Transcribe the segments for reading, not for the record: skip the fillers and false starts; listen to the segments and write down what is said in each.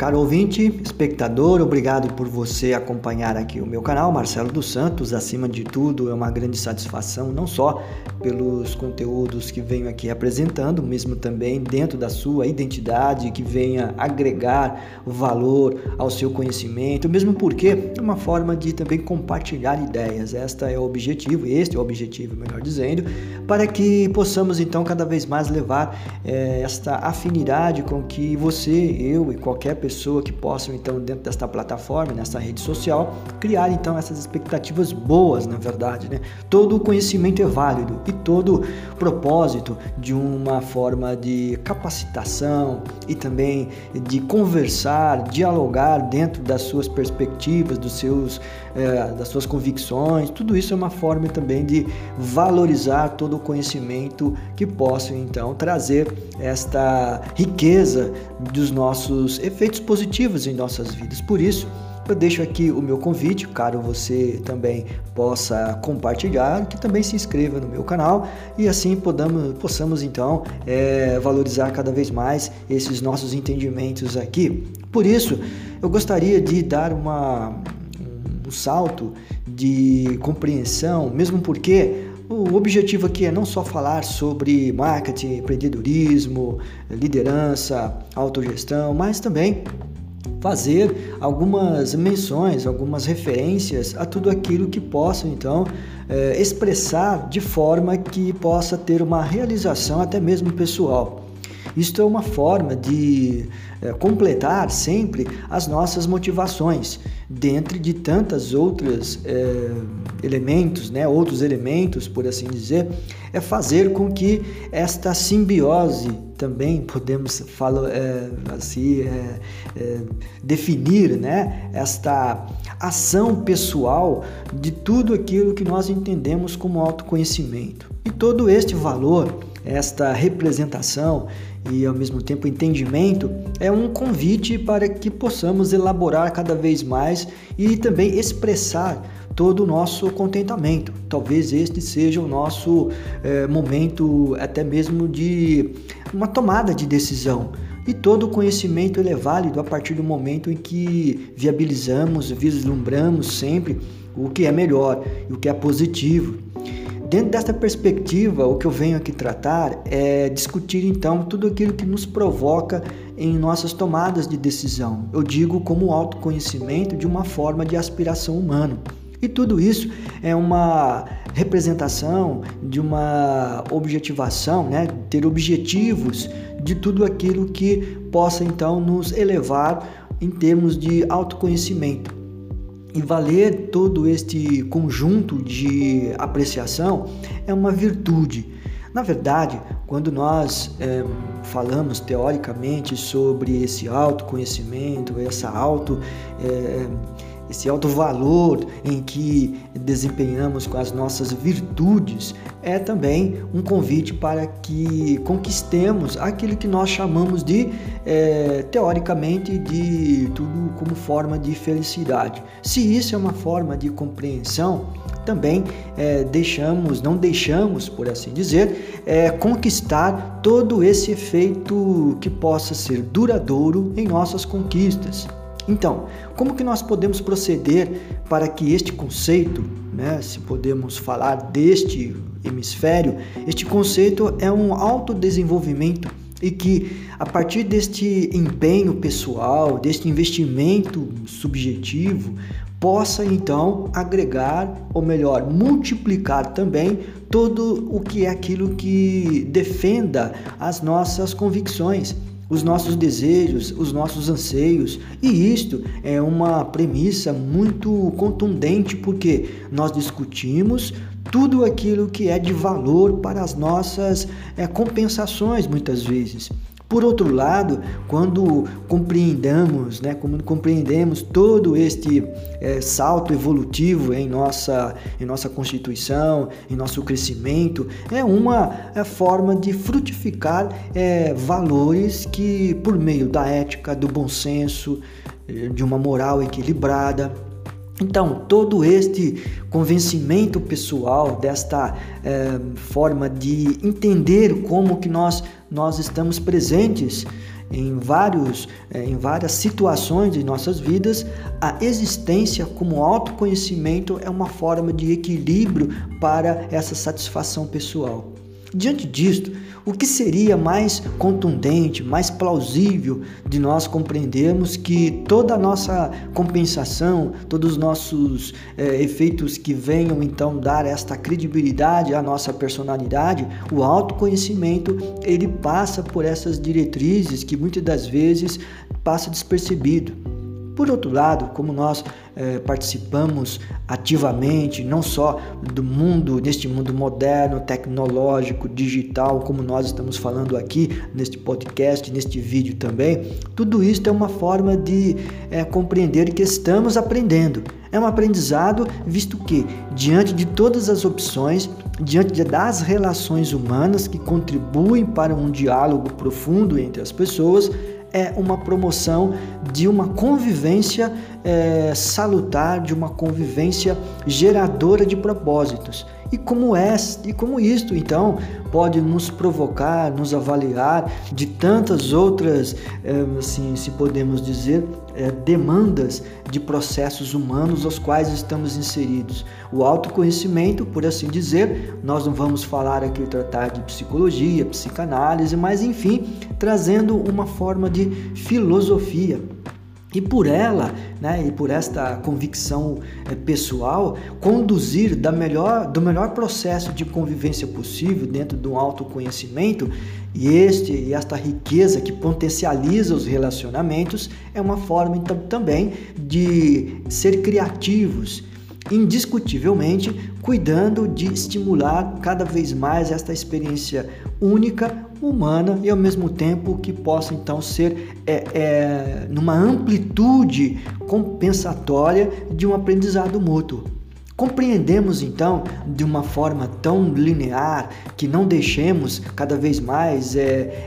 Caro ouvinte, espectador, obrigado por você acompanhar aqui o meu canal, Marcelo dos Santos. Acima de tudo, é uma grande satisfação, não só pelos conteúdos que venho aqui apresentando, mesmo também dentro da sua identidade, que venha agregar valor ao seu conhecimento, mesmo porque é uma forma de também compartilhar ideias. Este é o objetivo, melhor dizendo, para que possamos então cada vez mais levar esta afinidade com que você, eu e qualquer pessoa que possa então dentro desta plataforma, nessa rede social, criar então essas expectativas boas, na verdade, né? Todo o conhecimento é válido e todo propósito de uma forma de capacitação e também de conversar, dialogar dentro das suas perspectivas, das suas convicções, tudo isso é uma forma também de valorizar todo o conhecimento que possa então trazer esta riqueza dos nossos efeitos positivos em nossas vidas. Por isso, eu deixo aqui o meu convite, caso você também possa compartilhar, que também se inscreva no meu canal e assim possamos então valorizar cada vez mais esses nossos entendimentos aqui. Por isso, eu gostaria de dar um salto de compreensão, mesmo porque o objetivo aqui é não só falar sobre marketing, empreendedorismo, liderança, autogestão, mas também fazer algumas menções, algumas referências a tudo aquilo que possa, então, expressar de forma que possa ter uma realização até mesmo pessoal. Isto é uma forma de completar sempre as nossas motivações, dentre de tantas outras elementos, né? Outros elementos, por assim dizer, é fazer com que esta simbiose também podemos definir, né? Esta ação pessoal de tudo aquilo que nós entendemos como autoconhecimento. E todo este valor, esta representação e ao mesmo tempo entendimento é um convite para que possamos elaborar cada vez mais e também expressar todo o nosso contentamento. Talvez este seja o nosso momento até mesmo de uma tomada de decisão. E todo conhecimento ele é válido a partir do momento em que viabilizamos, vislumbramos sempre o que é melhor e o que é positivo. Dentro desta perspectiva, o que eu venho aqui tratar é discutir então tudo aquilo que nos provoca em nossas tomadas de decisão. Eu digo como autoconhecimento de uma forma de aspiração humana. E tudo isso é uma representação de uma objetivação, né? Ter objetivos de tudo aquilo que possa então nos elevar em termos de autoconhecimento. E valer todo este conjunto de apreciação é uma virtude. Na verdade, quando nós falamos teoricamente sobre esse autoconhecimento, esse alto valor em que desempenhamos com as nossas virtudes, é também um convite para que conquistemos aquilo que nós chamamos de, teoricamente, de tudo como forma de felicidade. Se isso é uma forma de compreensão, também não deixamos, por assim dizer, conquistar todo esse efeito que possa ser duradouro em nossas conquistas. Então, como que nós podemos proceder para que este conceito, né, se podemos falar deste hemisfério, este conceito é um autodesenvolvimento e que a partir deste empenho pessoal, deste investimento subjetivo, possa então agregar, ou melhor, multiplicar também todo o que é aquilo que defenda as nossas convicções, os nossos desejos, os nossos anseios. E isto é uma premissa muito contundente, porque nós discutimos tudo aquilo que é de valor para as nossas compensações muitas vezes. Por outro lado, quando compreendemos todo este salto evolutivo em nossa constituição, em nosso crescimento, é uma forma de frutificar valores que, por meio da ética, do bom senso, de uma moral equilibrada, então, todo este convencimento pessoal, desta forma de entender como que nós estamos presentes em várias situações de nossas vidas, a existência como autoconhecimento é uma forma de equilíbrio para essa satisfação pessoal. Diante disto, o que seria mais contundente, mais plausível de nós compreendermos que toda a nossa compensação, todos os nossos efeitos que venham então dar esta credibilidade à nossa personalidade, o autoconhecimento, ele passa por essas diretrizes que muitas das vezes passa despercebido. Por outro lado, como nós participamos ativamente, não só neste mundo moderno, tecnológico, digital, como nós estamos falando aqui neste podcast, neste vídeo também, tudo isso é uma forma de compreender que estamos aprendendo. É um aprendizado, visto que, diante de todas as opções, diante das relações humanas que contribuem para um diálogo profundo entre as pessoas, é uma promoção de uma convivência salutar, de uma convivência geradora de propósitos. E como isto, então, pode nos provocar, nos avaliar de tantas outras, assim, se podemos dizer, demandas de processos humanos aos quais estamos inseridos. O autoconhecimento, por assim dizer, nós não vamos falar aqui, tratar de psicologia, psicanálise, mas enfim, trazendo uma forma de filosofia. E por ela, e por esta convicção pessoal, conduzir do melhor processo de convivência possível dentro do autoconhecimento, e esta riqueza que potencializa os relacionamentos, é uma forma então, também de ser criativos, indiscutivelmente cuidando de estimular cada vez mais esta experiência única, humana e ao mesmo tempo que possa então ser numa amplitude compensatória de um aprendizado mútuo. Compreendemos então de uma forma tão linear que não deixemos cada vez mais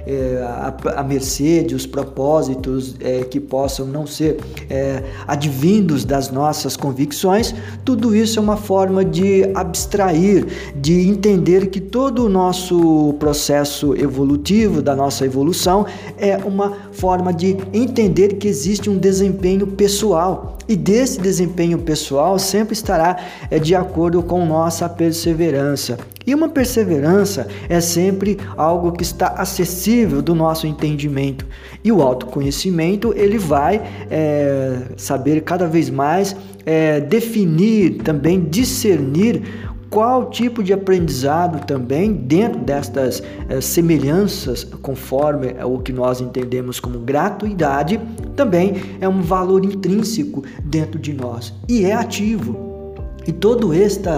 à mercê de os propósitos que possam não ser advindos das nossas convicções. Tudo isso é uma forma de abstrair, de entender que todo o nosso processo evolutivo, da nossa evolução, é uma forma de entender que existe um desempenho pessoal. E desse desempenho pessoal sempre estará de acordo com nossa perseverança. E uma perseverança é sempre algo que está acessível do nosso entendimento. E o autoconhecimento, ele vai saber cada vez mais definir, também discernir qual tipo de aprendizado também dentro destas semelhanças, conforme o que nós entendemos como gratuidade, também é um valor intrínseco dentro de nós e é ativo. E toda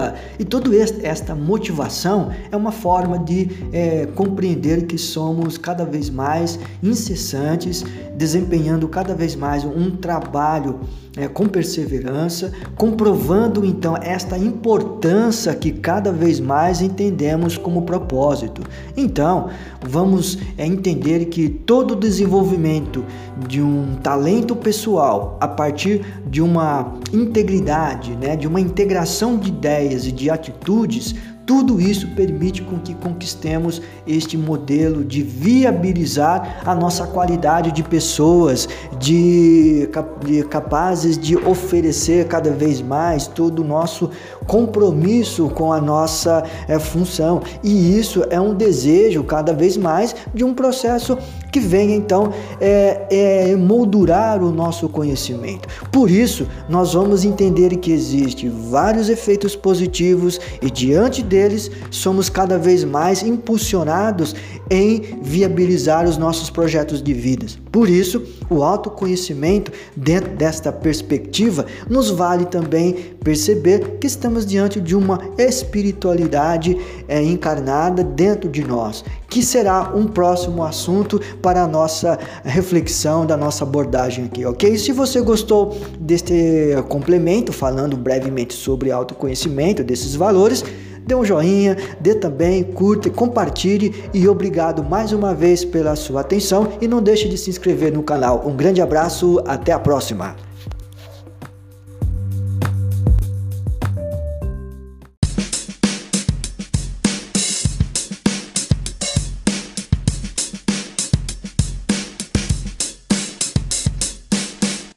esta motivação é uma forma de compreender que somos cada vez mais incessantes, desempenhando cada vez mais um trabalho com perseverança, comprovando então esta importância que cada vez mais entendemos como propósito. Então, vamos entender que todo o desenvolvimento de um talento pessoal a partir de uma integridade, de uma integração de ideias e de atitudes, tudo isso permite com que conquistemos este modelo de viabilizar a nossa qualidade de pessoas, de capazes de oferecer cada vez mais todo o nosso compromisso com a nossa função. E isso é um desejo cada vez mais de um processo que venha então moldurar o nosso conhecimento. Por isso, nós vamos entender que existem vários efeitos positivos e diante deles somos cada vez mais impulsionados em viabilizar os nossos projetos de vida. Por isso, o autoconhecimento, dentro desta perspectiva, nos vale também perceber que estamos diante de uma espiritualidade encarnada dentro de nós, que será um próximo assunto para a nossa reflexão, da nossa abordagem aqui, ok? Se você gostou deste complemento, falando brevemente sobre autoconhecimento, desses valores, dê um joinha, dê também, curta, compartilhe e obrigado mais uma vez pela sua atenção e não deixe de se inscrever no canal. Um grande abraço, até a próxima!